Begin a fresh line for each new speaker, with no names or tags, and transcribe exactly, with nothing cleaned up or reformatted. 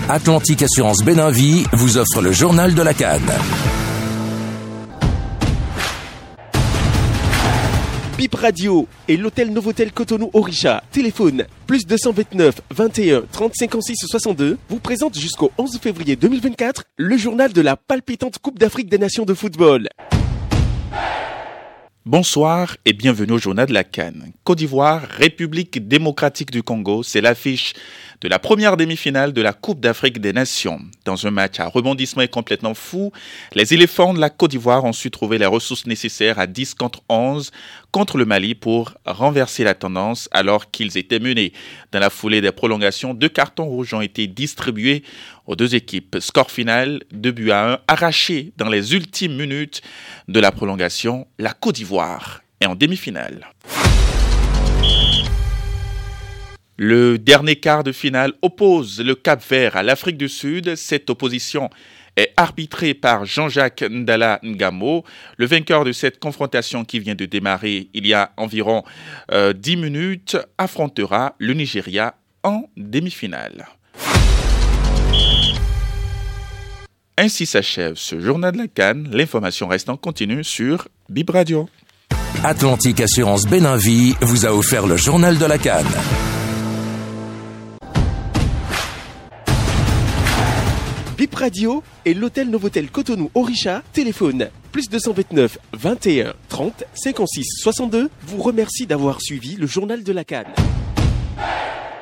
Atlantique Assurance Béninvie vous offre le journal de la CAN.
Bip Radio et l'hôtel Novotel Cotonou Orisha, téléphone plus deux cent vingt-neuf vingt et un trente cinquante-six soixante-deux, vous présente jusqu'au onze février deux mille vingt-quatre le journal de la palpitante Coupe d'Afrique des Nations de football.
Bonsoir et bienvenue au journal de la CAN. Côte d'Ivoire, République démocratique du Congo, c'est l'affiche de la première demi-finale de la Coupe d'Afrique des Nations. Dans un match à rebondissement et complètement fou, les éléphants de la Côte d'Ivoire ont su trouver les ressources nécessaires à dix contre onze contre le Mali pour renverser la tendance alors qu'ils étaient menés. Dans la foulée des prolongations, deux cartons rouges ont été distribués aux deux équipes. Score final, deux buts à un, arraché dans les ultimes minutes de la prolongation. La Côte d'Ivoire est en demi-finale. Le dernier quart de finale oppose le Cap-Vert à l'Afrique du Sud. Cette opposition est arbitrée par Jean-Jacques Ndala Ngamo. Le vainqueur de cette confrontation qui vient de démarrer il y a environ euh, dix minutes affrontera le Nigeria en demi-finale. Ainsi s'achève ce journal de la CAN. L'information reste en continu sur Bip Radio.
Atlantique Assurance Béninvie vous a offert le journal de la CAN.
Bip Radio et l'hôtel Novotel Cotonou Orisha, téléphone plus deux cent vingt-neuf vingt et un trente cinquante-six soixante-deux, vous remercie d'avoir suivi le journal de la CAN.